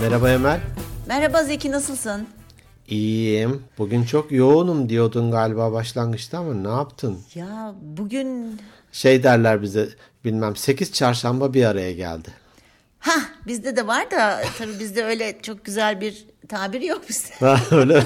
Merhaba Emel. Merhaba Zeki, nasılsın? İyiyim. Bugün çok yoğunum diyordun galiba başlangıçta ama ne yaptın? Ya bugün... Şey derler bize, bilmem 8 çarşamba bir araya geldi. Bizde de var da tabii bizde öyle çok güzel bir tabir yok bizde. Ha, öyle.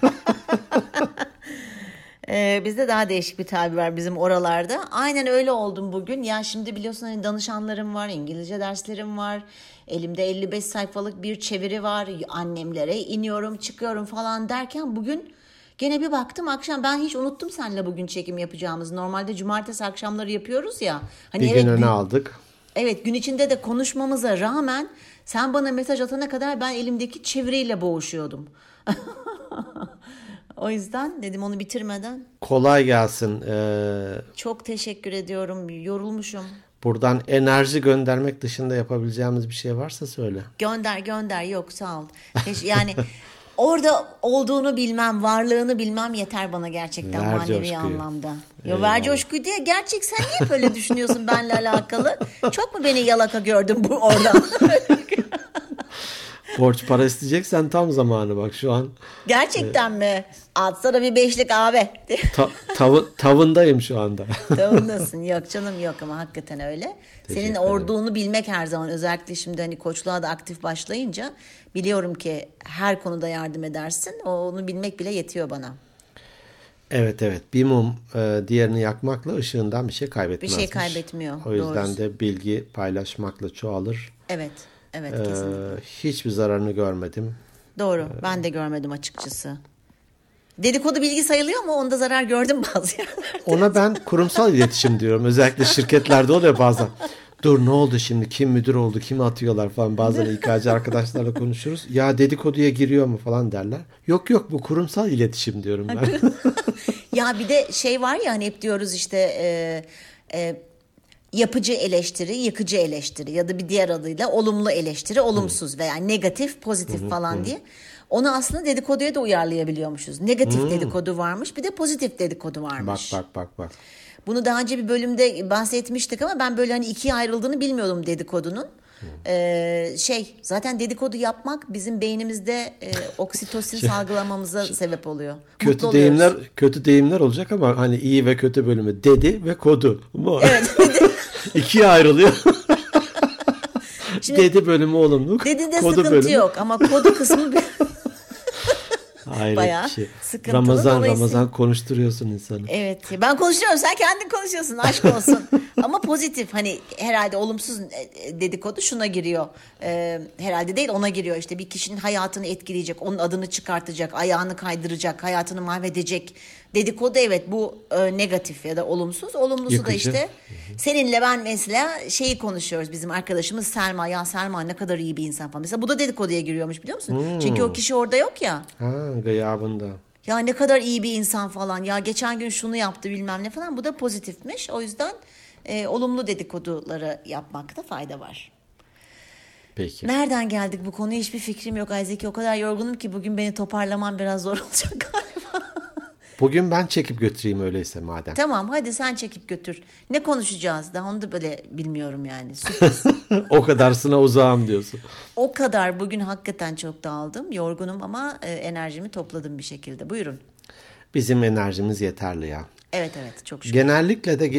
Bizde daha değişik bir tabir var bizim oralarda. Aynen öyle oldum bugün. Ya şimdi biliyorsun hani danışanlarım var, İngilizce derslerim var. Elimde 55 sayfalık bir çeviri var. Annemlere iniyorum, çıkıyorum falan derken bugün gene bir baktım akşam. Ben hiç unuttum seninle bugün çekim yapacağımızı. Normalde cumartesi akşamları yapıyoruz ya. Hani Bir evet, gün öne aldık. Evet, gün içinde de konuşmamıza rağmen sen bana mesaj atana kadar ben elimdeki çeviriyle boğuşuyordum. O yüzden dedim onu bitirmeden. Kolay gelsin. Çok teşekkür ediyorum. Yorulmuşum. Buradan enerji göndermek dışında yapabileceğimiz bir şey varsa söyle. Gönder. Yok, sağ ol. Yani orada olduğunu bilmem, varlığını bilmem yeter bana gerçekten Ver manevi coşkuyu. anlamda. Eyvallah. Ver coşkuyu diye gerçek sen niye böyle düşünüyorsun benimle alakalı? Çok mu beni yalaka gördün bu oradan? Borç para isteyeceksen tam zamanı bak şu an. Gerçekten mi? Atsana bir beşlik abi. Tavındayım şu anda. Tavındasın. Yok canım, yok ama hakikaten öyle. Senin Teşekkür ederim. olduğunu bilmek her zaman, özellikle şimdi hani koçluğa da aktif başlayınca biliyorum ki her konuda yardım edersin. Onu bilmek bile yetiyor bana. Evet. Bir mum diğerini yakmakla ışığından bir şey kaybetmezmiş. Bir şey kaybetmiyor. O yüzden Doğrusu. de bilgi paylaşmakla çoğalır. Evet kesinlikle. Hiçbir zararını görmedim. Doğru. Ben de görmedim açıkçası. Dedikodu bilgi sayılıyor mu? Onda zarar gördüm bazı yerlerde. Ona ben kurumsal iletişim diyorum. Özellikle şirketlerde oluyor bazen. Dur ne oldu şimdi? Kim müdür oldu? Kimi atıyorlar falan. Bazen İK'cı arkadaşlarla konuşuruz. Ya dedikoduya giriyor mu falan derler. Yok bu kurumsal iletişim diyorum ben. Ya bir de şey var ya, hani hep diyoruz işte yapıcı eleştiri, yıkıcı eleştiri ya da bir diğer adıyla olumlu eleştiri, olumsuz veya negatif, pozitif falan diye. Onu aslında dedikoduya da uyarlayabiliyormuşuz. Negatif dedikodu varmış, bir de pozitif dedikodu varmış. Bak. Bunu daha önce bir bölümde bahsetmiştik ama ben böyle hani ikiye ayrıldığını bilmiyordum dedikodunun. Zaten dedikodu yapmak bizim beynimizde oksitosin salgılamamıza sebep oluyor. Mutlu oluyoruz. Kötü deyimler olacak ama hani iyi ve kötü bölümü dedi ve kodu. Evet. İkiye ayrılıyor. Şimdi, dedi bölümü olumlu. Dedinde kodu sıkıntı bölümü. yok ama kodu kısmı Hayret bayağı bir şey. sıkıntılı. Ramazan konuşturuyorsun insanı. Evet, ben konuşuyorum, sen kendin konuşuyorsun, aşk olsun. Ama pozitif, hani herhalde olumsuz dedikodu şuna giriyor. Herhalde değil, ona giriyor. İşte bir kişinin hayatını etkileyecek, onun adını çıkartacak, ayağını kaydıracak, hayatını mahvedecek dedikodu, evet bu negatif ya da olumsuz. Olumlusu Yıkıcı. da işte seninle ben mesela şeyi konuşuyoruz, bizim arkadaşımız Selma. Ya Selma ne kadar iyi bir insan falan. Mesela bu da dedikoduya giriyormuş, biliyor musun? Çünkü o kişi orada yok ya. Gıyabında. Ya ne kadar iyi bir insan falan. Ya geçen gün şunu yaptı bilmem ne falan. Bu da pozitifmiş. O yüzden olumlu dedikoduları yapmakta fayda var. Peki. Nereden geldik bu konuya hiçbir fikrim yok. Ayzeki, o kadar yorgunum ki bugün beni toparlamam biraz zor olacak galiba. Bugün ben çekip götüreyim öyleyse madem. Tamam, hadi sen çekip götür. Ne konuşacağız? Daha onu da böyle bilmiyorum yani. Sürpriz. O kadarsına uzağım diyorsun. O kadar bugün hakikaten çok dağıldım. Yorgunum ama enerjimi topladım bir şekilde. Buyurun. Bizim enerjimiz yeterli ya. Evet çok şükür. Genellikle de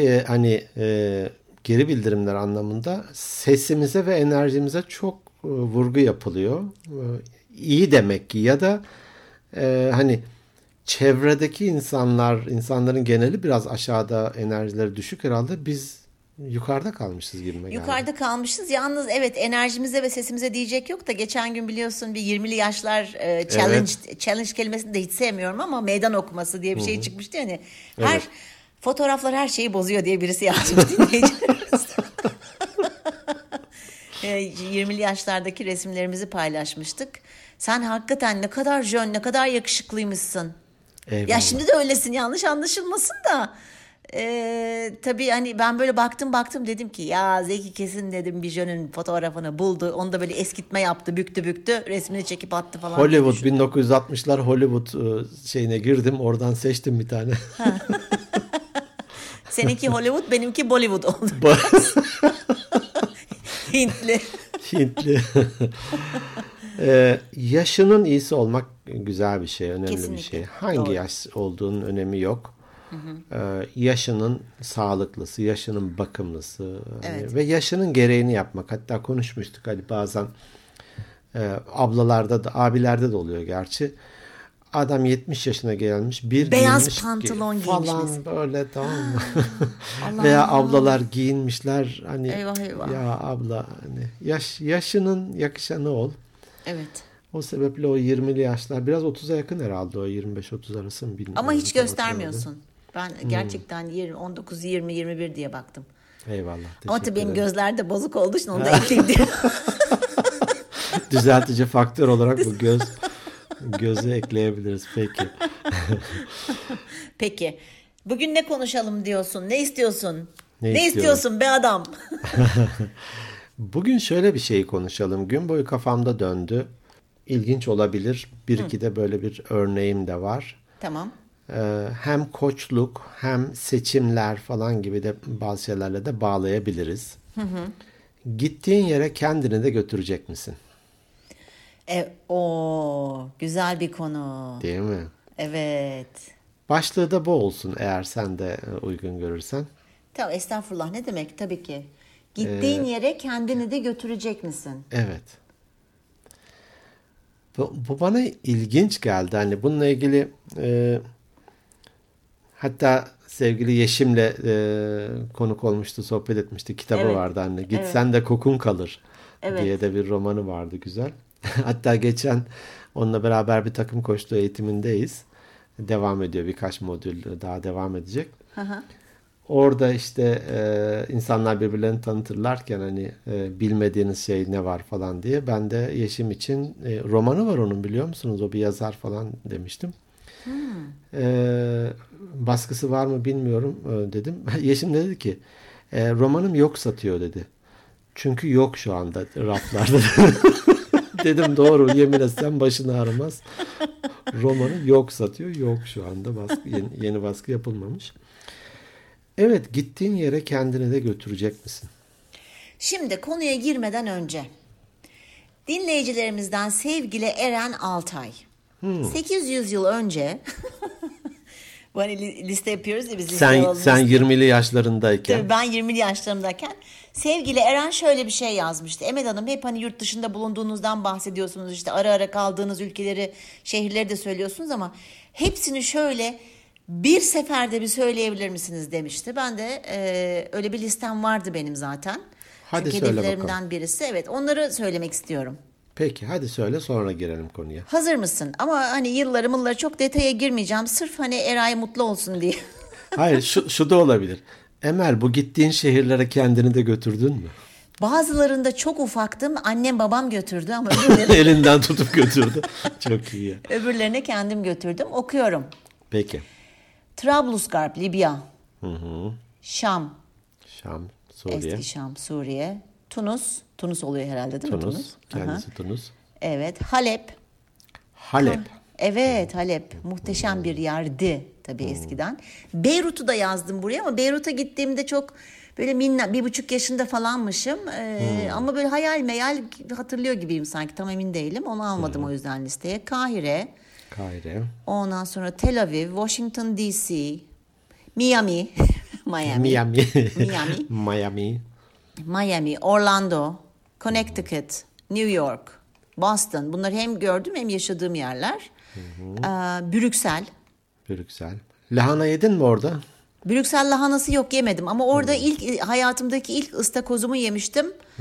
geri bildirimler anlamında sesimize ve enerjimize çok vurgu yapılıyor. İyi demek ki ya da hani çevredeki insanların geneli biraz aşağıda, enerjileri düşük herhalde. Biz yukarıda kalmışız gibime geldi. Yukarıda kalmışız. Yalnız evet, enerjimize ve sesimize diyecek yok da geçen gün biliyorsun bir 20'li yaşlar challenge kelimesini de hiç sevmiyorum ama meydan okuması diye bir şey çıkmıştı yani. Fotoğraflar her şeyi bozuyor diye birisi yazmış dinleyicilerimiz. 20'li yaşlardaki resimlerimizi paylaşmıştık. Sen hakikaten ne kadar jön, ne kadar yakışıklıymışsın. Eyvallah. Ya şimdi de öylesin, yanlış anlaşılmasın da. Tabii hani ben böyle baktım dedim ki ya Zeki kesin dedim bir jönün fotoğrafını buldu. Onu da böyle eskitme yaptı, büktü, resmini çekip attı falan. Hollywood 1960'lar Hollywood şeyine girdim, oradan seçtim bir tane. Seninki Hollywood, benimki Bollywood oldu. Hintli. Yaşının iyisi olmak güzel bir şey, önemli Kesinlikle. bir şey. Hangi Doğru. yaş olduğunun önemi yok. Yaşının sağlıklısı, yaşının bakımlısı Evet. ve yaşının gereğini yapmak. Hatta konuşmuştuk hani bazen ablalarda da, abilerde de oluyor gerçi. Adam 70 yaşına gelmiş, bir Beyaz giyinmiş pantolon giymiş falan mesela. böyle, tamam mı? Allah Veya Allah. ablalar giyinmişler hani, Eyvah eyvah. ya abla hani yaşının yakışanı ol. Evet. O sebeple o 20'li yaşlar biraz 30'a yakın herhalde, o 25-30 arası mı bilmiyorum. Ama hiç Tam göstermiyorsun. Ben gerçekten 19, 20, 21 diye baktım. Eyvallah. Ama Teşekkür tabii benim ederim. gözler de bozuk olduğu için onu da ekleyeyim diye. Düzeltici faktör olarak bu gözü ekleyebiliriz. Peki. Peki. Bugün ne konuşalım diyorsun? Ne istiyorsun? Ne Ne istiyorum? istiyorsun be adam? Bugün şöyle bir şey konuşalım. Gün boyu kafamda döndü. İlginç olabilir. Bir iki de böyle bir örneğim de var. Tamam. Hem koçluk hem seçimler falan gibi de bazı şeylerle de bağlayabiliriz. Gittiğin yere kendini de götürecek misin? O güzel bir konu. Değil mi? Evet. Başlığı da bu olsun eğer sen de uygun görürsen. Tamam, estağfurullah, ne demek, tabii ki. Gittiğin yere kendini de götürecek misin? Evet. Bu bana ilginç geldi. Hani bununla ilgili hatta sevgili Yeşim'le konuk olmuştu, sohbet etmişti. Kitabı Evet. vardı anne. Gitsen de kokun kalır Evet. diye de bir romanı vardı, güzel. Hatta geçen onunla beraber bir takım koştu eğitimindeyiz. Devam ediyor, birkaç modül daha devam edecek. Orada işte insanlar birbirlerini tanıtırlarken hani bilmediğiniz şey ne var falan diye, ben de Yeşim için romanı var onun, biliyor musunuz? O bir yazar falan demiştim. Baskısı var mı bilmiyorum dedim. Yeşim de dedi ki romanım yok satıyor dedi. Çünkü yok şu anda raflarda. Dedim doğru, yemin etsem başını ağrımaz. Romanı yok satıyor. Yok şu anda baskı, yeni baskı yapılmamış. Evet, gittiğin yere kendini de götürecek misin? Şimdi konuya girmeden önce dinleyicilerimizden sevgili Eren Altay. 800 yıl önce bu hani liste yapıyoruz ya biz, liste Sen yolumuz. 20'li yaşlarındayken. Tabii ben 20'li yaşlarımdayken sevgili Eren şöyle bir şey yazmıştı. Emel Hanım, hep hani yurt dışında bulunduğunuzdan bahsediyorsunuz, işte ara ara kaldığınız ülkeleri, şehirleri de söylüyorsunuz ama hepsini şöyle bir seferde bir söyleyebilir misiniz demişti. Ben de öyle bir listem vardı benim zaten. Hadi Çünkü söyle hedeflerimden bakalım. birisi. Evet, onları söylemek istiyorum. Peki hadi söyle, sonra girelim konuya. Hazır mısın? Ama hani yılları çok detaya girmeyeceğim. Sırf hani Eray mutlu olsun diye. Hayır, şu da olabilir. Emel, bu gittiğin şehirlere kendini de götürdün mü? Bazılarında çok ufaktım. Annem babam götürdü ama öbürleri, Elinden tutup götürdü. Çok iyi. öbürlerine kendim götürdüm. Okuyorum. Peki. Trablusgarp, Libya. Şam, Şam, Suriye. eski Şam, Suriye. Tunus oluyor herhalde değil mi? Tunus. Aha. Kendisi Tunus. Evet, Halep. Halep. Evet, Halep. Muhteşem bir yerdi tabii eskiden. Beyrut'u da yazdım buraya ama Beyrut'a gittiğimde çok böyle 1,5 yaşında falanmışım. Ama böyle hayal meyal hatırlıyor gibiyim sanki, tam emin değilim. Onu almadım o yüzden listeye. Kahire. Kahire. Ondan sonra Tel Aviv, Washington DC, Miami, Miami. Miami, Miami. Orlando, Connecticut, New York, Boston. Bunları hem gördüm hem yaşadığım yerler. Brüksel. Brüksel. Lahana yedin mi orada? Brüksel lahanası yok, yemedim ama orada hayatımdaki ilk ıstakozumu yemiştim.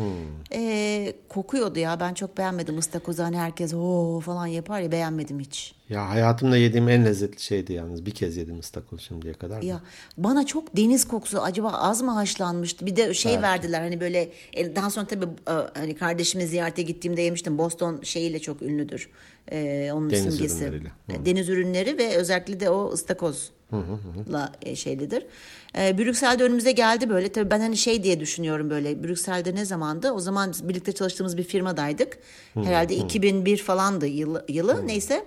Kokuyordu ya, ben çok beğenmedim ıstakozu, hani herkes o falan yapar ya, beğenmedim hiç. Ya hayatımda yediğim en lezzetli şeydi yalnız. Bir kez yedim ıstakoz şimdiye kadar. Ya bana çok deniz kokusu, acaba az mı haşlanmıştı? Bir de şey verdiler hani böyle, daha sonra tabii hani kardeşimi ziyarete gittiğimde yemiştim. Boston şeyiyle çok ünlüdür. Onun Deniz simgesi. ürünleriyle. Deniz ürünleri ve özellikle de o ıstakozla şeylidir. Brüksel'de önümüze geldi böyle. Tabii ben hani şey diye düşünüyorum böyle. Brüksel'de ne zamandı? O zaman birlikte çalıştığımız bir firmadaydık. Herhalde 2001 falandı yılı. Neyse.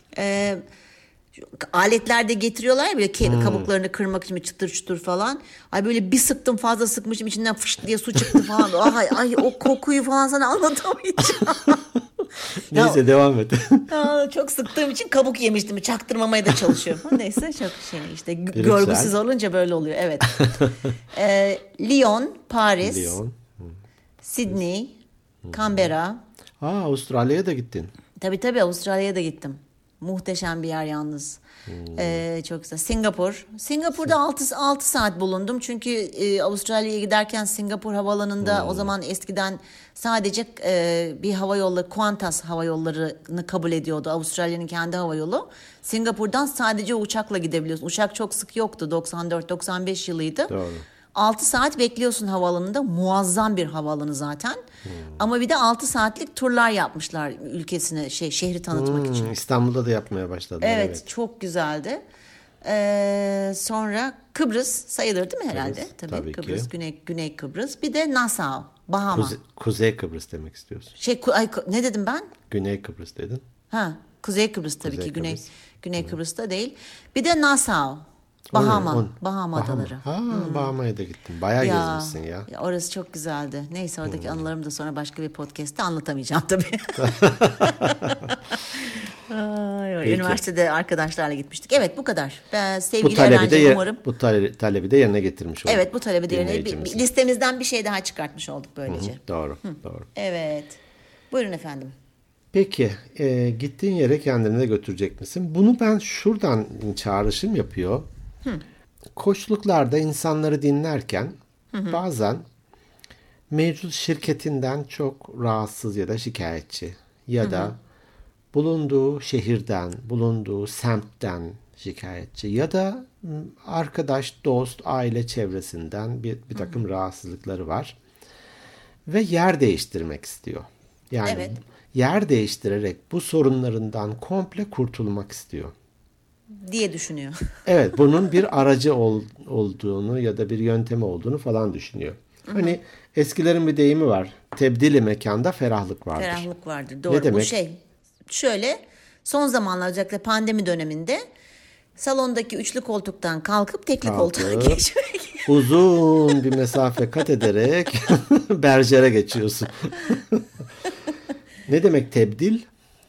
Aletler de getiriyorlar ya böyle, kabuklarını kırmak için çıtır çıtır falan. Ay böyle bir sıktım, fazla sıkmışım, içinden fışt diye su çıktı falan. Ay o kokuyu falan sana anlatamayacağım. Neyse devam et. Çok sıktığım için kabuk yemiştim. Çaktırmamaya da çalışıyorum. Neyse çok işte Güzel. görgüsüz olunca böyle oluyor. Evet. Lyon, Paris, Lyon. Sydney, Canberra. Avustralya'ya da gittin. Tabii Avustralya'ya da gittim. Muhteşem bir yer yalnız. Çok güzel. Singapur. Singapur'da 6 saat bulundum. Çünkü Avustralya'ya giderken Singapur havaalanında o zaman eskiden sadece bir havayolu Qantas havayollarını kabul ediyordu. Avustralya'nın kendi havayolu. Singapur'dan sadece uçakla gidebiliyorsun. Uçak çok sık yoktu. 94-95 yılıydı. Doğru. 6 saat bekliyorsun havaalanında. Muazzam bir havaalanı zaten. Ama bir de 6 saatlik turlar yapmışlar ülkesine şehri tanıtmak için. İstanbul'da da yapmaya başladılar. Evet, çok güzeldi. Sonra Kıbrıs sayılır değil mi herhalde? Kıbrıs, tabii Kıbrıs, ki. Güney Kıbrıs. Bir de Nassau, Bahama. Kuzey Kıbrıs demek istiyorsun. Ne dedim ben? Güney Kıbrıs dedin. Kuzey Kıbrıs tabii Kuzey ki. Kıbrıs. Güney Kıbrıs'ta değil. Bir de Nassau, Bahama adaları. Bahama'ya da gittim. Bayağı gezmişsin ya. Orası çok güzeldi. Neyse oradaki anılarımı da sonra başka bir podcast'te anlatamayacağım tabii. Üniversitede arkadaşlarla gitmiştik. Evet bu kadar. Sevgili Eren'cim umarım. Bu talebi de yerine getirmiş olduk. Evet bu talebi de yerine listemizden bir şey daha çıkartmış olduk böylece. Doğru. Evet. Buyurun efendim. Peki gittiğin yere kendini de götürecek misin? Bunu ben şuradan çağrışım yapıyor. Koçluklarda insanları dinlerken bazen mevcut şirketinden çok rahatsız ya da şikayetçi ya da bulunduğu şehirden, bulunduğu semtten şikayetçi ya da arkadaş, dost, aile çevresinden bir takım rahatsızlıkları var ve yer değiştirmek istiyor. Yani yer değiştirerek bu sorunlarından komple kurtulmak istiyor diye düşünüyor. Evet, bunun bir aracı olduğunu ya da bir yöntemi olduğunu falan düşünüyor. Hani eskilerin bir deyimi var. Tebdili mekanda ferahlık vardır. Ferahlık vardır. Doğru. Ne demek? Bu şöyle son zamanlar özellikle pandemi döneminde salondaki üçlü koltuktan kalkıp tekli koltuğa geçmek. Uzun bir mesafe kat ederek berjere geçiyorsun. Ne demek tebdil?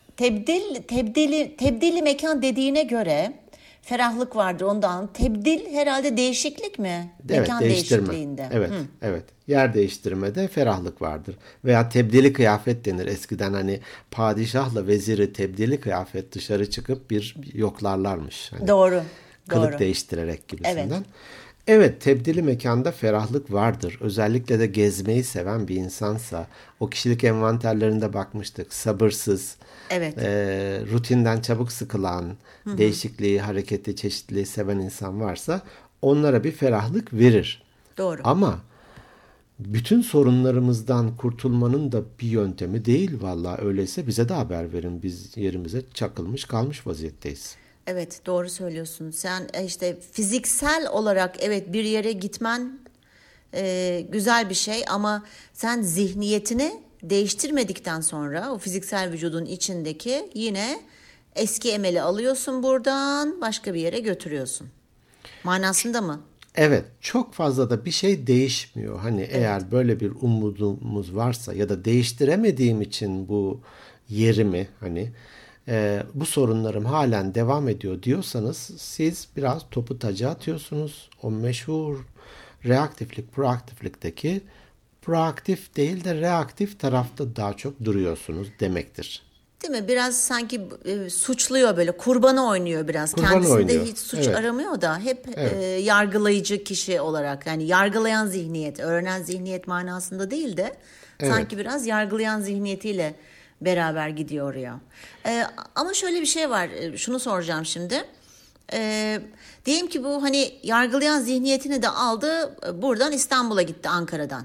Tebdili mekan dediğine göre ferahlık vardır ondan. Tebdil herhalde değişiklik mi? Evet, mekan değişikliğinde. Evet. Yer değiştirmede ferahlık vardır. Veya tebdili kıyafet denir. Eskiden hani padişahla veziri tebdili kıyafet dışarı çıkıp bir yoklarlarmış. Hani doğru. Kılık değiştirerek gibisinden. Evet, tebdili mekanda ferahlık vardır. Özellikle de gezmeyi seven bir insansa, o kişilik envanterlerinde bakmıştık. Sabırsız, rutinden çabuk sıkılan, değişikliği, hareketi, çeşitliliği seven insan varsa onlara bir ferahlık verir. Doğru. Ama bütün sorunlarımızdan kurtulmanın da bir yöntemi değil vallahi. Öyleyse bize de haber verin. Biz yerimize çakılmış kalmış vaziyetteyiz. Evet doğru söylüyorsun. Sen işte fiziksel olarak evet bir yere gitmen güzel bir şey ama sen zihniyetini değiştirmedikten sonra o fiziksel vücudun içindeki yine eski emeli alıyorsun buradan başka bir yere götürüyorsun. Manasında mı? Evet, çok fazla da bir şey değişmiyor. Hani eğer böyle bir umudumuz varsa ya da değiştiremediğim için bu yerimi hani bu sorunlarım halen devam ediyor diyorsanız siz biraz topu taca atıyorsunuz. O meşhur reaktiflik, proaktiflikteki proaktif değil de reaktif tarafta daha çok duruyorsunuz demektir. Değil mi? Biraz sanki suçluyor böyle kurbanı oynuyor biraz. Kendisinde hiç suç aramıyor da hep yargılayıcı kişi olarak yani yargılayan zihniyet, öğrenen zihniyet manasında değil de sanki biraz yargılayan zihniyetiyle beraber gidiyor oraya. Ama şöyle bir şey var. Şunu soracağım şimdi. Diyelim ki bu hani yargılayan zihniyetini de aldı. Buradan İstanbul'a gitti Ankara'dan.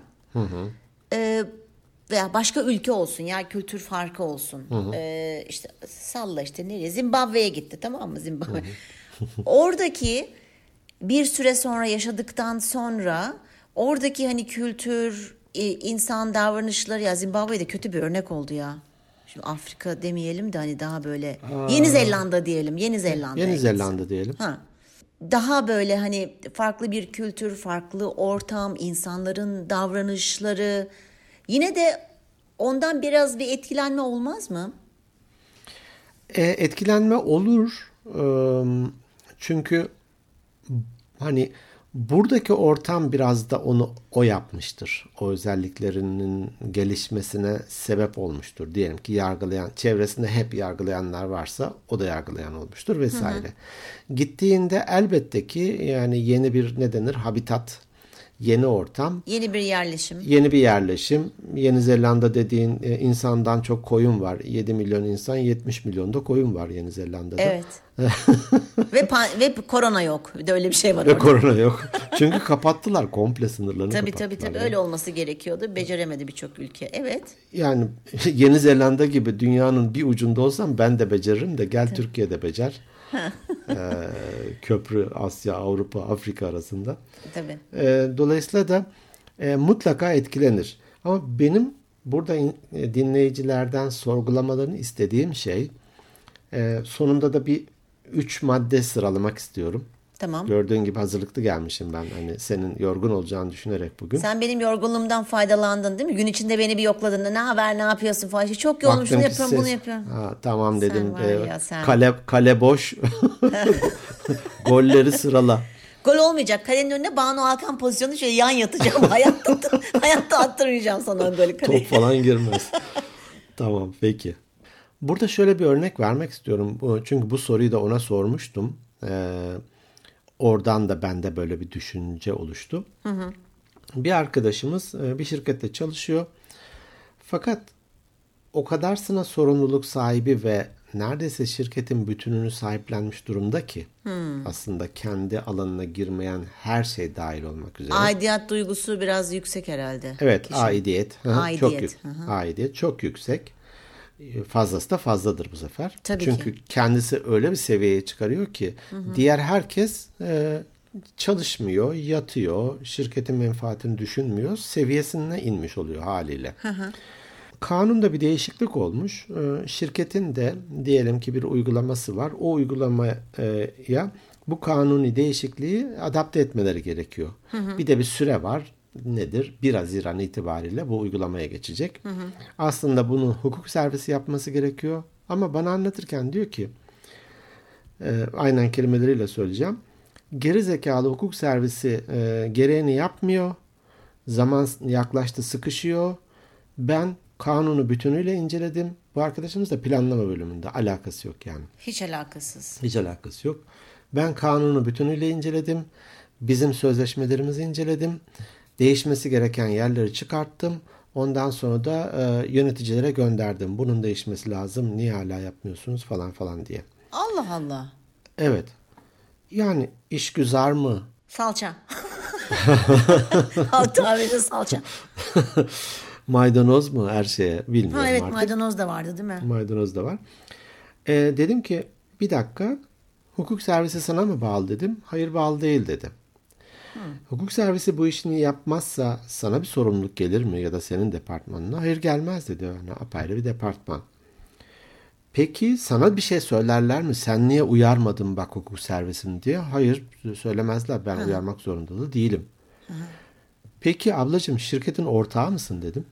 Veya başka ülke olsun ya kültür farkı olsun. İşte salla işte nereye? Zimbabwe'ye gitti tamam mı Zimbabwe? Oradaki bir süre sonra yaşadıktan sonra oradaki hani kültür, insan davranışları ya Zimbabwe'de kötü bir örnek oldu ya. Şimdi Afrika demeyelim de hani daha böyle Yeni Zelanda diyelim. Yeni Zelanda diyelim. Daha böyle hani farklı bir kültür, farklı ortam, insanların davranışları. Yine de ondan biraz bir etkilenme olmaz mı? Etkilenme olur. Çünkü hani buradaki ortam biraz da onu o yapmıştır. O özelliklerinin gelişmesine sebep olmuştur. Diyelim ki yargılayan, çevresinde hep yargılayanlar varsa o da yargılayan olmuştur vesaire. Gittiğinde elbette ki yani yeni bir ne denir? Habitat, yeni ortam. Yeni bir yerleşim. Yeni bir yerleşim. Yeni Zelanda dediğin insandan çok koyun var. 7 milyon insan, 70 milyon da koyun var Yeni Zelanda'da. Evet. ve korona yok. Bir de öyle bir şey var Ve orada. korona yok. Çünkü kapattılar komple sınırlarını kapattılar. Tabii öyle olması gerekiyordu. Beceremedi birçok ülke. Evet. Yani Yeni Zelanda gibi dünyanın bir ucunda olsam ben de beceririm de gel Türkiye'de becer. Köprü Asya, Avrupa, Afrika arasında. Tabii. Dolayısıyla da mutlaka etkilenir. Ama benim burada dinleyicilerden sorgulamalarını istediğim şey sonunda da bir 3 madde sıralamak istiyorum. Tamam. Gördüğün gibi hazırlıklı gelmişim ben. Hani senin yorgun olacağını düşünerek bugün. Sen benim yorgunluğumdan faydalandın değil mi? Gün içinde beni bir yokladın da ne haber, ne yapıyorsun falan. Çok yoğunum, şunu yapıyorum, bunu yapıyorum. Tamam dedim. Sen. Kale boş. Golleri sırala. Gol olmayacak. Kalenin önüne Banu Alkan pozisyonu şöyle yan yatacağım. Hayatta attırmayacağım sana o golü kaleye. Top falan girmez. Tamam peki. Burada şöyle bir örnek vermek istiyorum. Çünkü bu soruyu da ona sormuştum. Oradan da bende böyle bir düşünce oluştu. Bir arkadaşımız bir şirkette çalışıyor. Fakat o kadarsına sorumluluk sahibi ve neredeyse şirketin bütününü sahiplenmiş durumda ki aslında kendi alanına girmeyen her şey dahil olmak üzere. Aidiyet duygusu biraz yüksek herhalde. Evet, aidiyet. Çok Aidiyet çok yüksek. Fazlası da fazladır bu sefer. Tabii Çünkü ki. kendisi öyle bir seviyeye çıkarıyor ki diğer herkes çalışmıyor, yatıyor, şirketin menfaatini düşünmüyor, seviyesine inmiş oluyor haliyle. Kanunda bir değişiklik olmuş. Şirketin de diyelim ki bir uygulaması var. O uygulamaya bu kanuni değişikliği adapte etmeleri gerekiyor. Bir de bir süre var. Nedir? 1 Haziran itibariyle bu uygulamaya geçecek. Aslında bunu hukuk servisi yapması gerekiyor. Ama bana anlatırken diyor ki aynen kelimeleriyle söyleyeceğim. Geri zekalı hukuk servisi gereğini yapmıyor. Zaman yaklaştı, sıkışıyor. Ben kanunu bütünüyle inceledim. Bu arkadaşımız da planlama bölümünde. Alakası yok yani. Hiç alakasız. Hiç alakası yok. Ben kanunu bütünüyle inceledim. Bizim sözleşmelerimizi inceledim. Değişmesi gereken yerleri çıkarttım. Ondan sonra da yöneticilere gönderdim. Bunun değişmesi lazım. Niye hala yapmıyorsunuz falan falan diye. Allah Allah. Evet. Yani işgüzar mı? Salça. Tabiri salça. Maydanoz mu her şeye bilmiyorum Evet artık. maydanoz da vardı değil mi? Maydanoz da var. Dedim ki bir dakika hukuk servisi sana mı bağlı dedim. Hayır bağlı değil dedi. Hukuk servisi bu işini yapmazsa sana bir sorumluluk gelir mi ya da senin departmanına? Hayır gelmez dedi. Yani apayrı bir departman. Peki sana bir şey söylerler mi? Sen niye uyarmadın bak hukuk servisini diye? Hayır söylemezler. Ben uyarmak zorunda da değilim. Peki ablacığım şirketin ortağı mısın dedim.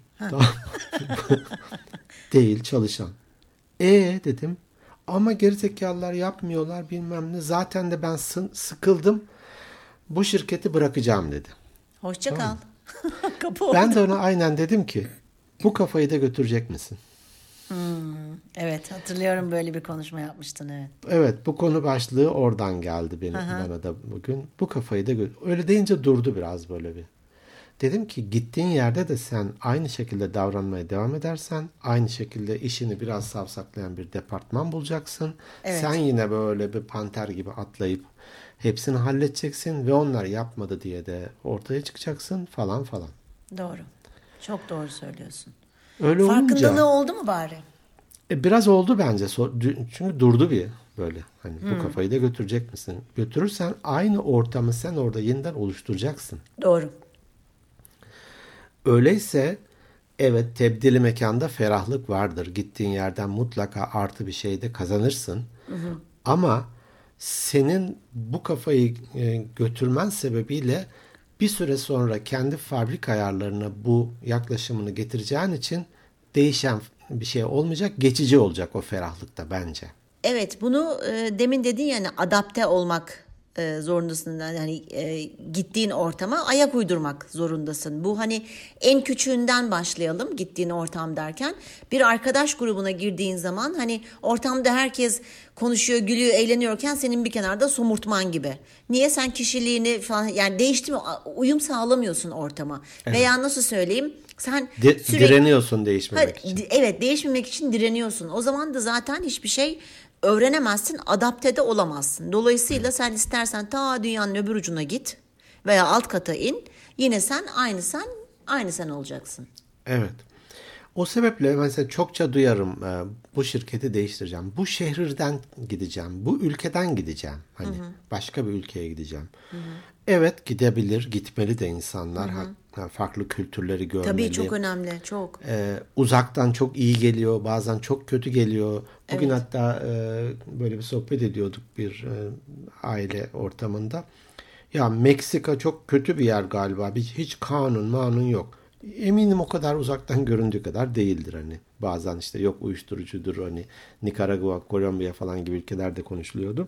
Değil çalışan. Dedim. Ama gerizekalılar yapmıyorlar bilmem ne. Zaten de ben sıkıldım. Bu şirketi bırakacağım dedi. Hoşça kal. Kapı oldu. Ben de ona aynen dedim ki bu kafayı da götürecek misin? Evet hatırlıyorum böyle bir konuşma yapmıştın evet. Evet bu konu başlığı oradan geldi bana da bugün. Bu kafayı da öyle deyince durdu biraz böyle bir. Dedim ki gittiğin yerde de sen aynı şekilde davranmaya devam edersen aynı şekilde işini biraz savsaklayan bir departman bulacaksın. Evet. Sen yine böyle bir panter gibi atlayıp hepsini halledeceksin ve onlar yapmadı diye de ortaya çıkacaksın falan falan. Doğru. Çok doğru söylüyorsun. Öyle Farkındalığı olunca, oldu mu bari? biraz oldu bence. Çünkü durdu bir böyle. Hani bu kafayı da götürecek misin? Götürürsen aynı ortamı sen orada yeniden oluşturacaksın. Doğru. Öyleyse evet tebdili mekanda ferahlık vardır. Gittiğin yerden mutlaka artı bir şey de kazanırsın. Ama senin bu kafayı götürmen sebebiyle bir süre sonra kendi fabrika ayarlarına bu yaklaşımını getireceğin için değişen bir şey olmayacak. Geçici olacak o ferahlıkta bence. Evet, bunu demin dedin yani adapte olmak zorundasın. Yani gittiğin ortama ayak uydurmak zorundasın. Bu hani en küçüğünden başlayalım gittiğin ortam derken. Bir arkadaş grubuna girdiğin zaman hani ortamda herkes konuşuyor, gülüyor, eğleniyorken senin bir kenarda somurtman gibi. Niye? Sen kişiliğini falan yani uyum sağlamıyorsun ortama. Evet. Veya nasıl söyleyeyim? Sen sürekli direniyorsun değişmemek için. Evet, değişmemek için direniyorsun. O zaman da zaten hiçbir şey öğrenemezsin, adapte de olamazsın. Dolayısıyla sen istersen ta dünyanın öbür ucuna git veya alt kata in. Yine sen aynı sen olacaksın. Evet. O sebeple mesela çokça duyarım bu şirketi değiştireceğim. Bu şehirden gideceğim. Bu ülkeden gideceğim. Hani başka bir ülkeye gideceğim. Evet, gidebilir, gitmeli de insanlar. Farklı kültürleri görmeli. Tabii çok önemli, çok. Uzaktan çok iyi geliyor, bazen çok kötü geliyor. Bugün hatta böyle bir sohbet ediyorduk bir aile ortamında. Ya Meksika çok kötü bir yer galiba. Hiç kanun yok. Eminim o kadar uzaktan göründüğü kadar değildir hani. Bazen işte yok uyuşturucudur hani Nikaragua, Kolombiya falan gibi ülkelerde konuşuluyordu.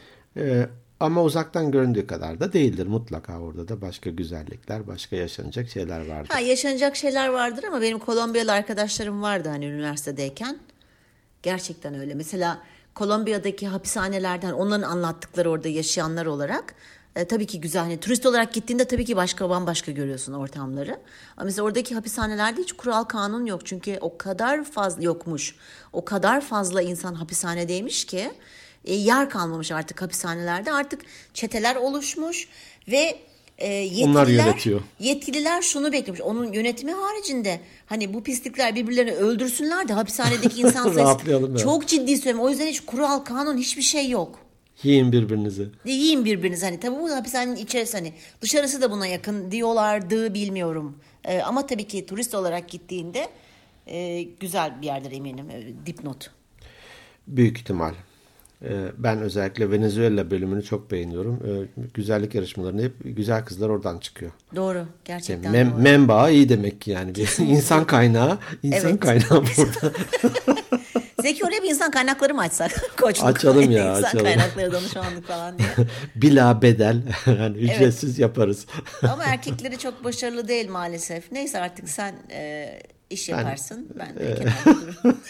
Ama uzaktan göründüğü kadar da değildir. Mutlaka orada da başka güzellikler, başka yaşanacak şeyler vardır. Yaşanacak şeyler vardır ama benim Kolombiyalı arkadaşlarım vardı hani üniversitedeyken. Gerçekten öyle. Mesela Kolombiya'daki hapishanelerden onların anlattıkları orada yaşayanlar olarak tabii ki güzel. Hani turist olarak gittiğinde tabii ki bambaşka görüyorsun ortamları. Ama mesela oradaki hapishanelerde hiç kural kanun yok. Çünkü o kadar fazla yokmuş. O kadar fazla insan hapishanedeymiş ki yer kalmamış artık hapishanelerde. Artık çeteler oluşmuş ve yetkililer şunu beklemiş. Onun yönetimi haricinde hani bu pislikler birbirlerini öldürsünler de hapishanedeki insan sayısı çok ciddi söylüyorum. O yüzden hiç kural kanun hiçbir şey yok. Yiyin birbirinizi. Yiyin birbirinizi. Hani tabii bu hapishanenin içerisi hani dışarısı da buna yakın diyorlardı bilmiyorum. Ama tabii ki turist olarak gittiğinde güzel bir yerdir eminim. Dipnot. Büyük ihtimal. Ben özellikle Venezuela bölümünü çok beğeniyorum. Güzellik yarışmalarında hep güzel kızlar oradan çıkıyor. Doğru. Gerçekten doğru. Menbaı iyi demek ki yani. Bir insan kaynağı burada. Zeki oraya bir insan kaynakları mı açsak? Koçluk. Açalım ya. İnsan kaynakları danışmanlık falan diye. Bila bedel. Yani ücretsiz yaparız. Ama erkekleri çok başarılı değil maalesef. Neyse artık sen iş yaparsın. Ben de kenarda dururum.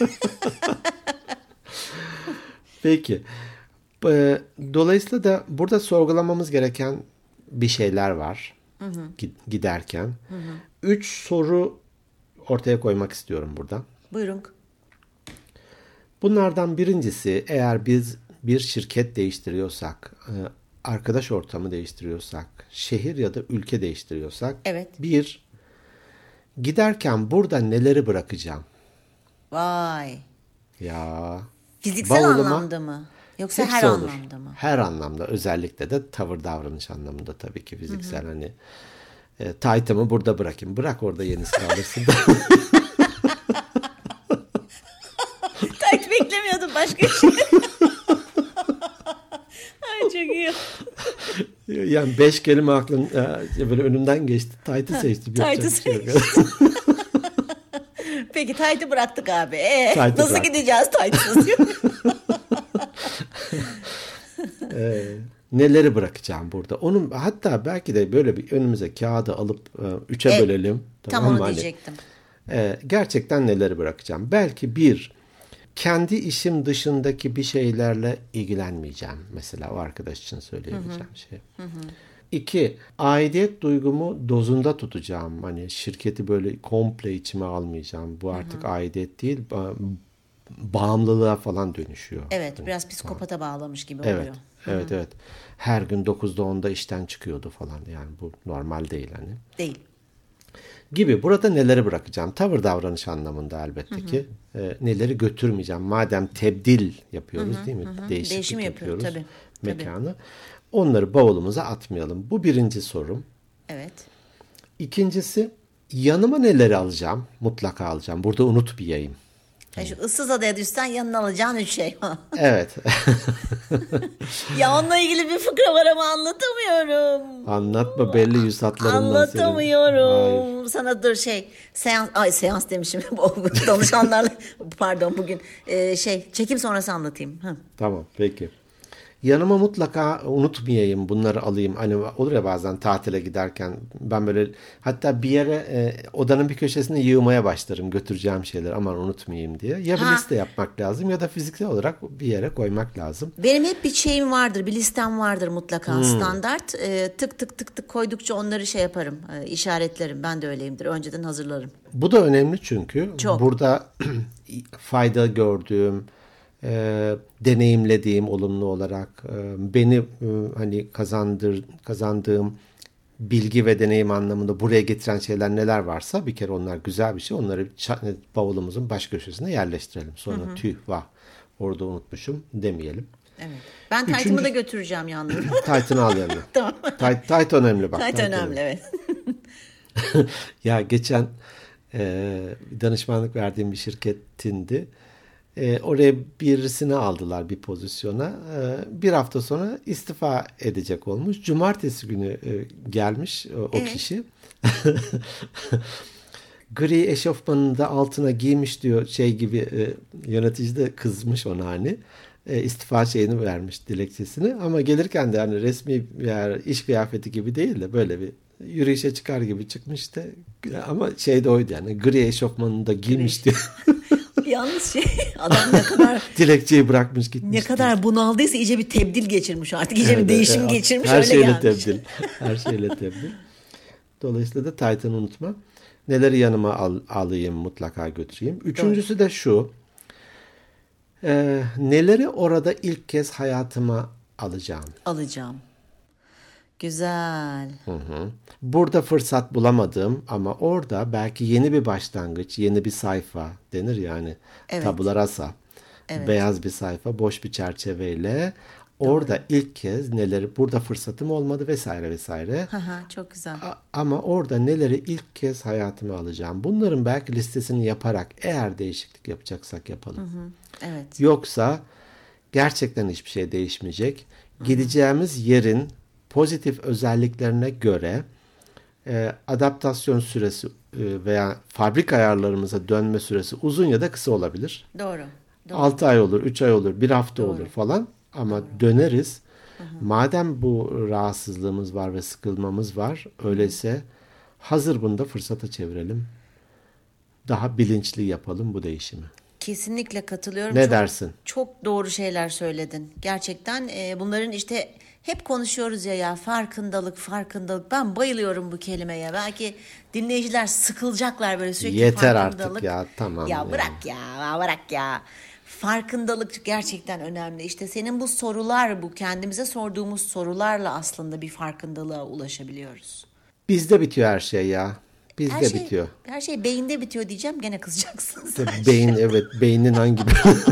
Peki. Dolayısıyla da burada sorgulamamız gereken bir şeyler var. Giderken. 3 soru ortaya koymak istiyorum burada. Buyurun. Bunlardan birincisi, eğer biz bir şirket değiştiriyorsak, arkadaş ortamı değiştiriyorsak, şehir ya da ülke değiştiriyorsak, bir, giderken burada neleri bırakacağım? Vay. Ya. Fiziksel anlamda mı? Yoksa her anlamda mı? Her anlamda. Özellikle de tavır davranış anlamında tabii ki fiziksel hani taytımı burada bırakayım. Bırak orada yenisini alırsın. Tayt beklemiyordum başka bir şey. Ay çok iyi. Yani 5 kelime aklım böyle önümden geçti. Taytı seçtim. Taytı seçtim. Peki taytı bıraktık abi. Nasıl gideceğiz taytsız? Neleri bırakacağım burada? Onun hatta belki de böyle bir önümüze kağıdı alıp 3'e bölelim. Tamam onu diyecektim. Gerçekten neleri bırakacağım? Belki bir, kendi işim dışındaki bir şeylerle ilgilenmeyeceğim. Mesela o arkadaş için söyleyebileceğim şey. 2, aidiyet duygumu dozunda tutacağım. Hani şirketi böyle komple içime almayacağım. Bu artık aidiyet değil, bağımlılığa falan dönüşüyor. Evet, biraz psikopata bağlamış gibi oluyor. Evet. Her gün 9'da 10'da işten çıkıyordu falan. Yani bu normal değil hani. Değil. Gibi. Burada neleri bırakacağım? Tavır davranış anlamında elbette ki. Neleri götürmeyeceğim? Madem tebdil yapıyoruz değil mi? Değişim yapıyoruz. Tabii. Mekanı. Onları bavulumuza atmayalım. Bu birinci sorum. Evet. İkincisi, yanıma neleri alacağım? Mutlaka alacağım. Burada unutmayayım. Yani şu ıssız adaya düşsen yanına alacağın 3 şey. Evet. Ya onunla ilgili bir fıkra var ama anlatamıyorum. Anlatma, belli yüz hatlarından Anlatamıyorum. senin. Hayır. Sana dur seans demişim. Danışanlarla pardon bugün çekim sonrası anlatayım. Hı. Tamam, peki. Yanıma mutlaka unutmayayım, bunları alayım. Hani olur ya bazen tatile giderken ben böyle hatta bir yere odanın bir köşesine yığmaya başlarım götüreceğim şeyler, aman unutmayayım diye. Ya bir liste yapmak lazım ya da fiziksel olarak bir yere koymak lazım. Benim hep bir şeyim vardır, bir listem vardır mutlaka standart. Tık tık tık tık koydukça onları yaparım, işaretlerim. Ben de öyleyimdir. Önceden hazırlarım. Bu da önemli çünkü Çok. burada fayda gördüğüm, deneyimlediğim olumlu olarak beni hani kazandığım bilgi ve deneyim anlamında buraya getiren şeyler neler varsa bir kere onlar güzel bir şey. Onları bavulumuzun baş köşesine yerleştirelim. Sonra tüh vah orada unutmuşum demeyelim. Evet. Ben taytımı da götüreceğim yalnız. Taytını al yanına. Tamam. Tayt önemli bak. Tayt önemli, evet. Ya geçen danışmanlık verdiğim bir şirketindi. Oraya birisini aldılar bir pozisyona. Bir hafta sonra istifa edecek olmuş. Cumartesi günü gelmiş o kişi. Gri eşofmanını da altına giymiş diyor, gibi yönetici de kızmış ona hani. İstifa şeyini vermiş, dilekçesini, ama gelirken de hani resmi yani iş kıyafeti gibi değil de böyle bir yürüyüşe çıkar gibi çıkmıştı. Ama de oydu yani, gri eşofmanını da giymiş diyor. Yalnız adam ne kadar dilekçeyi bırakmış gitmiş. Ne kadar bunaldıysa iyice bir tebdil geçirmiş artık. İyice bir değişim geçirmiş, her öyle şeyle gelmiş. Tebdil. Her şeyle tebdil. Dolayısıyla da Titan'ı unutma. Neleri yanıma alayım, mutlaka götüreyim. Üçüncüsü de şu. Neleri orada ilk kez hayatıma alacağım. Güzel. Hı. Burada fırsat bulamadım ama orada belki yeni bir başlangıç, yeni bir sayfa denir yani. Evet. Tabula rasa. Evet. Beyaz bir sayfa, boş bir çerçeveyle. Orada ilk kez neleri, burada fırsatım olmadı vesaire vesaire. Çok güzel. Ama orada neleri ilk kez hayatıma alacağım. Bunların belki listesini yaparak eğer değişiklik yapacaksak yapalım. Evet. Yoksa gerçekten hiçbir şey değişmeyecek. Gideceğimiz yerin pozitif özelliklerine göre adaptasyon süresi veya fabrika ayarlarımıza dönme süresi uzun ya da kısa olabilir. Doğru. 6 ay olur, 3 ay olur, 1 hafta olur falan. Ama döneriz. Madem bu rahatsızlığımız var ve sıkılmamız var, öyleyse hazır bunda fırsata çevirelim. Daha bilinçli yapalım bu değişimi. Kesinlikle katılıyorum. Ne dersin? Çok doğru şeyler söyledin. Gerçekten bunların hep konuşuyoruz ya farkındalık. Ben bayılıyorum bu kelimeye. Belki dinleyiciler sıkılacaklar böyle sürekli yeter farkındalık. Artık ya, tamam. Ya bırak ya. Farkındalık gerçekten önemli. İşte senin bu sorular, bu kendimize sorduğumuz sorularla aslında bir farkındalığa ulaşabiliyoruz. Bizde bitiyor her şey ya. Bizde bitiyor. Her şey beyinde bitiyor diyeceğim. Gene kızacaksın. Beyin, evet. Beynin hangi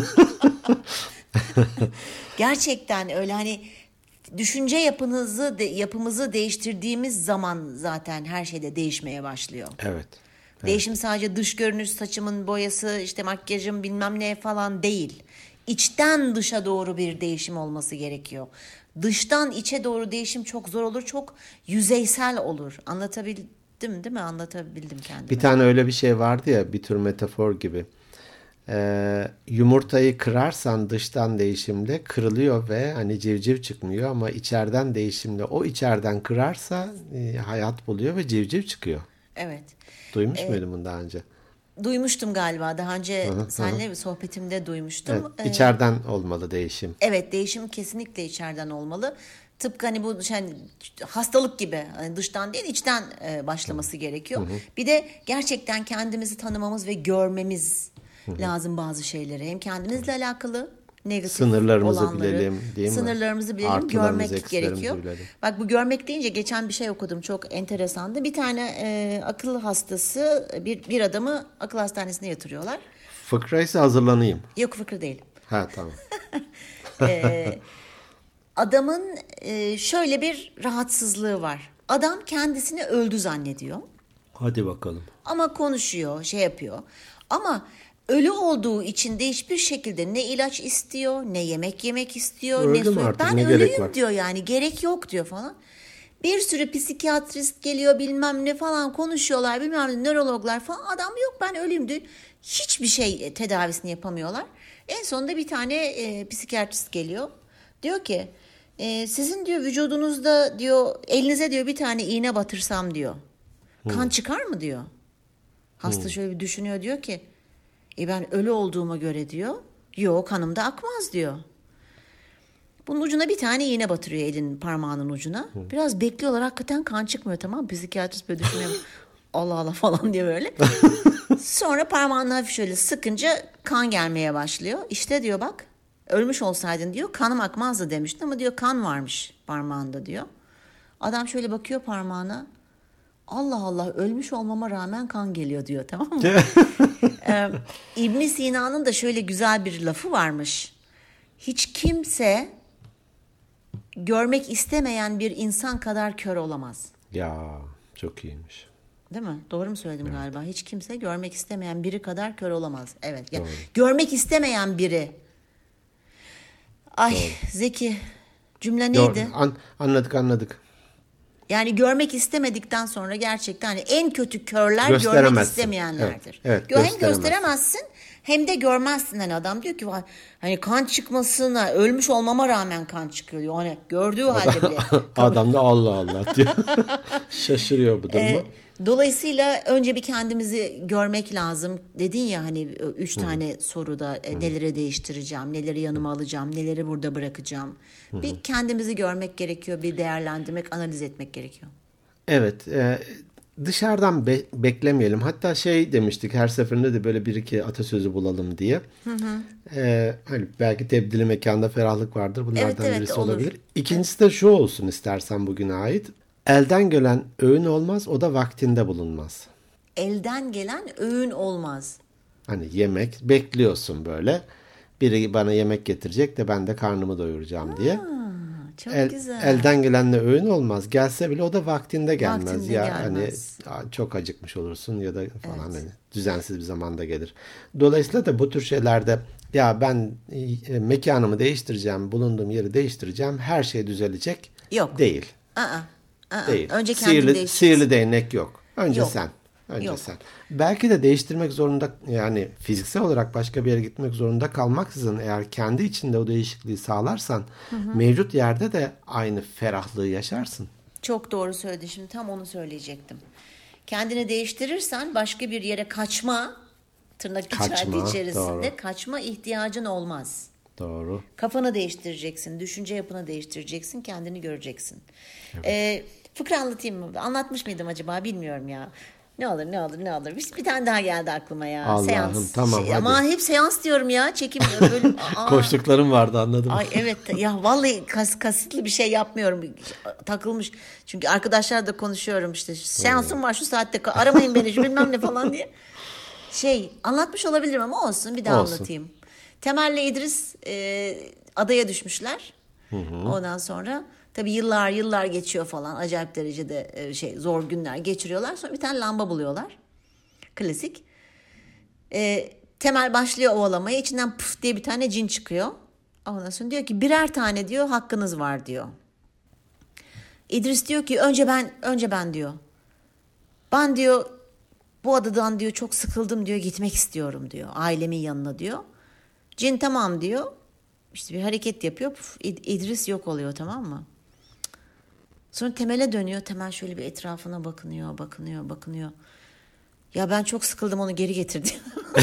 Gerçekten öyle, hani düşünce yapımızı değiştirdiğimiz zaman zaten her şeyde değişmeye başlıyor. Evet. Değişim sadece dış görünüş, saçımın boyası, makyajım bilmem ne falan değil. İçten dışa doğru bir değişim olması gerekiyor. Dıştan içe doğru değişim çok zor olur, çok yüzeysel olur. Anlatabildim değil mi? Anlatabildim kendime. Bir tane öyle bir şey vardı ya, bir tür metafor gibi. Yumurtayı kırarsan dıştan değişimle kırılıyor ve hani civciv çıkmıyor, ama içeriden değişimle o içeriden kırarsa hayat buluyor ve civciv çıkıyor. Evet. Duymuş muydun bunu daha önce? Duymuştum galiba. Daha önce seninle bir sohbetimde duymuştum. Evet, içeriden olmalı değişim. Evet, değişim kesinlikle içeriden olmalı. Tıpkı hani bu hastalık gibi, hani dıştan değil içten başlaması gerekiyor. Bir de gerçekten kendimizi tanımamız ve görmemiz lazım bazı şeyleri. Hem kendimizle alakalı negatif sınırlarımızı olanları, bilelim, değil mi? Sınırlarımızı bilelim, Artılarımızı, görmek gerekiyor. bilelim. Bak, bu görmek deyince geçen bir şey okudum, çok enteresandı. Bir tane akıl hastası, bir adamı akıl hastanesine yatırıyorlar. Fıkra ise hazırlanayım. Yok, fıkra değil. Ha, tamam. Adamın şöyle bir rahatsızlığı var. Adam kendisini öldü zannediyor. Hadi bakalım. Ama konuşuyor, yapıyor. Ama ölü olduğu için de hiçbir şekilde ne ilaç istiyor, ne yemek yemek istiyor, ne Öldüm su. artık, Ben ne gerek ölüyüm var? diyor, yani gerek yok diyor falan. Bir sürü psikiyatrist geliyor, bilmem ne falan konuşuyorlar, bilmem ne, nörologlar falan. Adam yok, ben ölüyüm diyor. Hiçbir şey tedavisini yapamıyorlar. En sonunda bir tane psikiyatrist geliyor. Diyor ki sizin diyor vücudunuzda diyor, elinize diyor bir tane iğne batırsam diyor, kan çıkar mı diyor. Hasta şöyle bir düşünüyor, diyor ki ben ölü olduğuma göre diyor, yok, kanımda akmaz diyor. Bunun ucuna bir tane iğne batırıyor, elinin parmağının ucuna. Biraz bekliyorlar, hakikaten kan çıkmıyor, tamam mı? Psikiyatrist böyle düşünüyor. Allah Allah falan diye böyle. Sonra parmağını hafif şöyle sıkınca kan gelmeye başlıyor. İşte diyor bak, ölmüş olsaydın diyor kanım akmazdı demiştin ama diyor kan varmış parmağında diyor. Adam şöyle bakıyor parmağına. Allah Allah, ölmüş olmama rağmen kan geliyor diyor, tamam mı? İbn Sina'nın da şöyle güzel bir lafı varmış. Hiç kimse görmek istemeyen bir insan kadar kör olamaz. Ya çok iyiymiş. Değil mi? Doğru mu söyledim galiba? Hiç kimse görmek istemeyen biri kadar kör olamaz. Evet. Doğru. Görmek istemeyen biri. Ay Doğru. Zeki, cümle neydi? Anladık. Yani görmek istemedikten sonra gerçekten hani en kötü körler görmek Gösteremezsin. istemeyenlerdir. Evet, Hem gösteremezsin hem de görmezsin. Hani adam diyor ki hani kan çıkmasına, ölmüş olmama rağmen kan çıkıyor diyor. Hani gördüğü halde bile. Adam da Allah Allah diyor. Şaşırıyor bu duruma. Dolayısıyla önce bir kendimizi görmek lazım. Dedin ya hani 3 tane soruda neleri değiştireceğim, neleri yanıma alacağım, neleri burada bırakacağım. Bir kendimizi görmek gerekiyor, bir değerlendirmek, analiz etmek gerekiyor. Evet, dışarıdan beklemeyelim. Hatta şey demiştik, her seferinde de böyle bir iki atasözü bulalım diye. Hani belki tebdili mekanda ferahlık vardır. Bunlardan birisi olur. olabilir. İkincisi de şu olsun istersen bugüne ait. Elden gelen öğün olmaz, o da vaktinde bulunmaz. Elden gelen öğün olmaz. Hani yemek bekliyorsun böyle. Biri bana yemek getirecek de ben de karnımı doyuracağım diye. Çok güzel. Elden gelenle öğün olmaz. Gelse bile o da vaktinde gelmez. Vaktinde ya gelmez. hani çok acıkmış olursun ya da falan hani düzensiz bir zamanda gelir. Dolayısıyla da bu tür şeylerde ya ben mekanımı değiştireceğim, bulunduğum yeri değiştireceğim, her şey düzelecek. Yok. Değil. Değil. Önce kendini değiştir. Sihirli değnek yok. Önce Yok. sen. Önce Yok. sen. Belki de değiştirmek zorunda, yani fiziksel olarak başka bir yere gitmek zorunda kalmaksızın eğer kendi içinde o değişikliği sağlarsan mevcut yerde de aynı ferahlığı yaşarsın. Çok doğru söyledin. Şimdi tam onu söyleyecektim. Kendini değiştirirsen başka bir yere tırnak içerisinde doğru. kaçma ihtiyacın olmaz. Doğru. Kafanı değiştireceksin, düşünce yapını değiştireceksin, kendini göreceksin. Fıkra anlatayım mı? Anlatmış mıydım acaba bilmiyorum ya. Ne olur. Bir tane daha geldi aklıma ya. Allah'ım, seans. tamam, hadi. Ama hep seans diyorum ya. Çekim bölüm. Koştuklarım vardı, anladım. Ay evet ya, vallahi kasıtlı bir şey yapmıyorum. Takılmış. Çünkü arkadaşlarla konuşuyorum işte. Seansım var şu saatte, aramayın beni şu bilmem ne falan diye. Anlatmış olabilirim ama olsun, bir daha anlatayım. Temel'le İdris adaya düşmüşler. Ondan sonra tabii yıllar geçiyor falan. Acayip derecede zor günler geçiriyorlar. Sonra bir tane lamba buluyorlar. Klasik. Temel başlıyor ovalamaya. İçinden pıf diye bir tane cin çıkıyor. Ondan sonra diyor ki birer tane diyor hakkınız var diyor. İdris diyor ki önce ben diyor. Ben diyor bu adadan diyor çok sıkıldım diyor, gitmek istiyorum diyor. Ailemin yanına diyor. Cin tamam diyor. İşte bir hareket yapıyor. Puf, İdris yok oluyor, tamam mı? Sonra Temel'e dönüyor. Temel şöyle bir etrafına bakınıyor. Ya ben çok sıkıldım, onu geri getir diyor.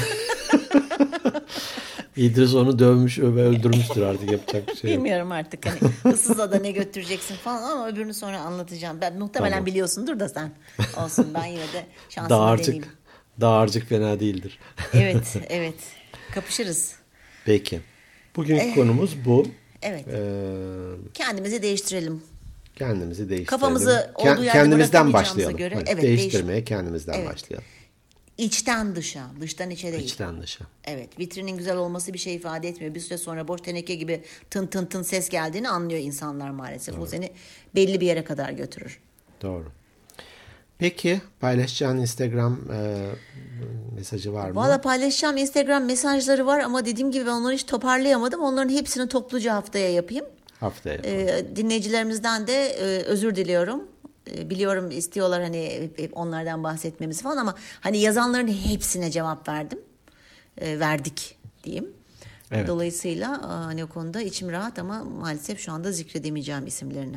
İdris onu dövmüş ve öldürmüştür, artık yapacak bir şey yok. Bilmiyorum artık hani ıssız ada ne götüreceksin falan ama öbürünü sonra anlatacağım. Ben muhtemelen Tamam. Biliyorsundur da sen. Olsun, ben yine de şansımı deneyeyim. Dağarcık fena değildir. Evet. Kapışırız. Peki. Bugünkü konumuz bu. Evet. Kendimizi değiştirelim. Kendimizi değiştirelim. Kafamızı olduğu yerde kendimizden bırakamayacağımıza başlayalım. göre. Evet, Evet, değiştirmeye kendimizden başlayalım. İçten dışa, dıştan içe değil. İçten dışa. Evet, vitrinin güzel olması bir şey ifade etmiyor. Bir süre sonra boş teneke gibi tın tın tın ses geldiğini anlıyor insanlar maalesef. Doğru. Bu seni belli bir yere kadar götürür. Doğru. Peki, paylaşacağın Instagram mesajı var mı? Valla paylaşacağım Instagram mesajları var ama dediğim gibi ben onları hiç toparlayamadım. Onların hepsini topluca haftaya yapayım. Haftaya. Dinleyicilerimizden de özür diliyorum. Biliyorum istiyorlar hani hep onlardan bahsetmemizi falan ama hani yazanların hepsine cevap verdim. Verdik diyeyim. Evet. Dolayısıyla hani o konuda içim rahat ama maalesef şu anda zikredemeyeceğim isimlerini.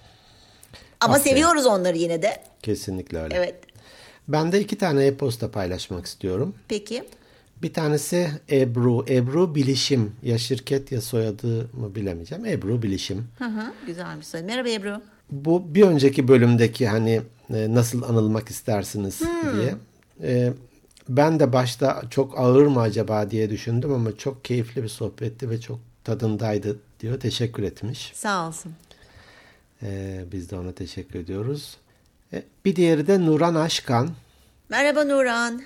Ama haftaya seviyoruz onları yine de. Kesinlikle öyle. Evet. Ben de 2 tane e-posta paylaşmak istiyorum. Peki. Bir tanesi Ebru. Ebru Bilişim. Ya şirket ya soyadı mı bilemeyeceğim. Ebru Bilişim. Güzel bir soyadı. Merhaba Ebru. Bu bir önceki bölümdeki hani nasıl anılmak istersiniz diye. Ben de başta çok ağır mı acaba diye düşündüm ama çok keyifli bir sohbetti ve çok tadındaydı diyor. Teşekkür etmiş. Sağ olsun. Biz de ona teşekkür ediyoruz. Bir diğeri de Nuran Aşkan. Merhaba Nuran.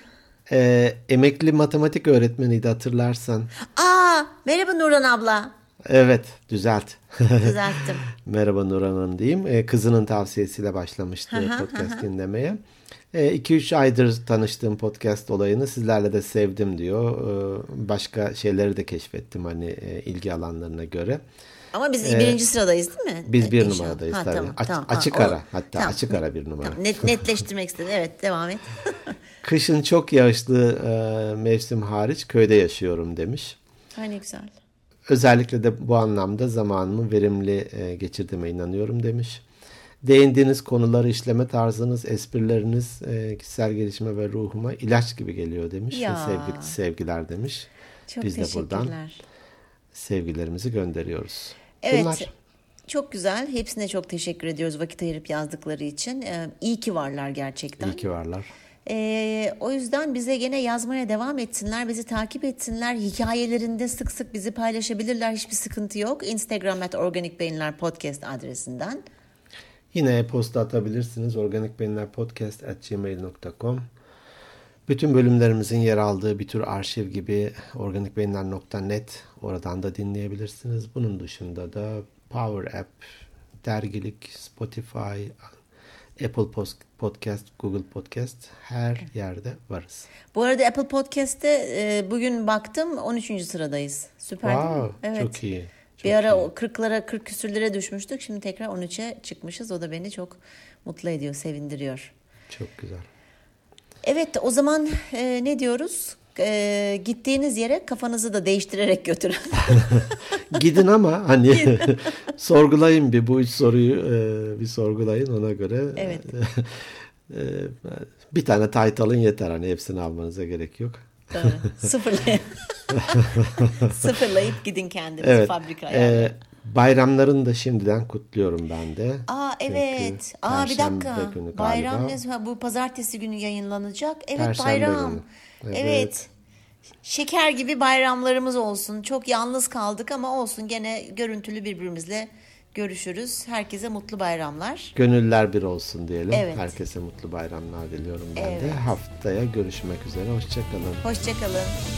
Emekli matematik öğretmeniydi hatırlarsan. Merhaba Nuran abla. Evet, düzelt. Düzelttim. Merhaba Nuran Hanım diyeyim. Kızının tavsiyesiyle başlamıştı podcast dinlemeye. 2-3 aydır tanıştığım podcast olayını sizlerle de sevdim diyor. Başka şeyleri de keşfettim hani ilgi alanlarına göre. Ama biz birinci sıradayız değil mi? Biz bir numaradayız tabii. Tamam. Açık ara. Hatta tamam. Açık ara bir numara. Tamam. Netleştirmek istedim. Evet, devam et. Kışın çok yağışlı mevsim hariç köyde yaşıyorum demiş. Ne güzel. Özellikle de bu anlamda zamanımı verimli geçirdiğime inanıyorum demiş. Değindiğiniz konuları işleme tarzınız, esprileriniz kişisel gelişime ve ruhuma ilaç gibi geliyor demiş. Ya. Ve sevgiler demiş. Çok biz de buradan sevgilerimizi gönderiyoruz. Evet. Bunlar... Çok güzel. Hepsine çok teşekkür ediyoruz vakit ayırıp yazdıkları için. İyi ki varlar gerçekten. İyi ki varlar. O yüzden bize gene yazmaya devam etsinler. Bizi takip etsinler. Hikayelerinde sık sık bizi paylaşabilirler. Hiçbir sıkıntı yok. Instagram @organikbeyinlerpodcast adresinden. Yine e-posta atabilirsiniz. organikbeyinlerpodcast@gmail.com. Bütün bölümlerimizin yer aldığı bir tür arşiv gibi organikbeyinler.net, oradan da dinleyebilirsiniz. Bunun dışında da Power App, dergilik, Spotify, Apple Podcast, Google Podcast, her yerde varız. Bu arada Apple Podcast'te bugün baktım 13. sıradayız. Süper. Wow, evet. Çok iyi. Bir ara 40 küsürlere düşmüştük. Şimdi tekrar 13'e çıkmışız. O da beni çok mutlu ediyor, sevindiriyor. Çok güzel. Evet, o zaman ne diyoruz? Gittiğiniz yere kafanızı da değiştirerek götürün. Gidin ama hani sorgulayın bu 3 soruyu bir sorgulayın ona göre. Evet. Bir tane tayt alın yeter, hani hepsini almanıza gerek yok. Doğru. Sıfırlayıp gidin kendinizi fabrikaya. Bayramların da şimdiden kutluyorum ben de. Evet. Bir dakika. Bayram ne? Bu pazartesi günü yayınlanacak. Evet, Perşembe bayram. Günü. Evet. Şeker gibi bayramlarımız olsun. Çok yalnız kaldık ama olsun, gene görüntülü birbirimizle görüşürüz. Herkese mutlu bayramlar. Gönüller bir olsun diyelim. Evet. Herkese mutlu bayramlar diliyorum ben de. Haftaya görüşmek üzere. Hoşça kalın. Hoşça kalın.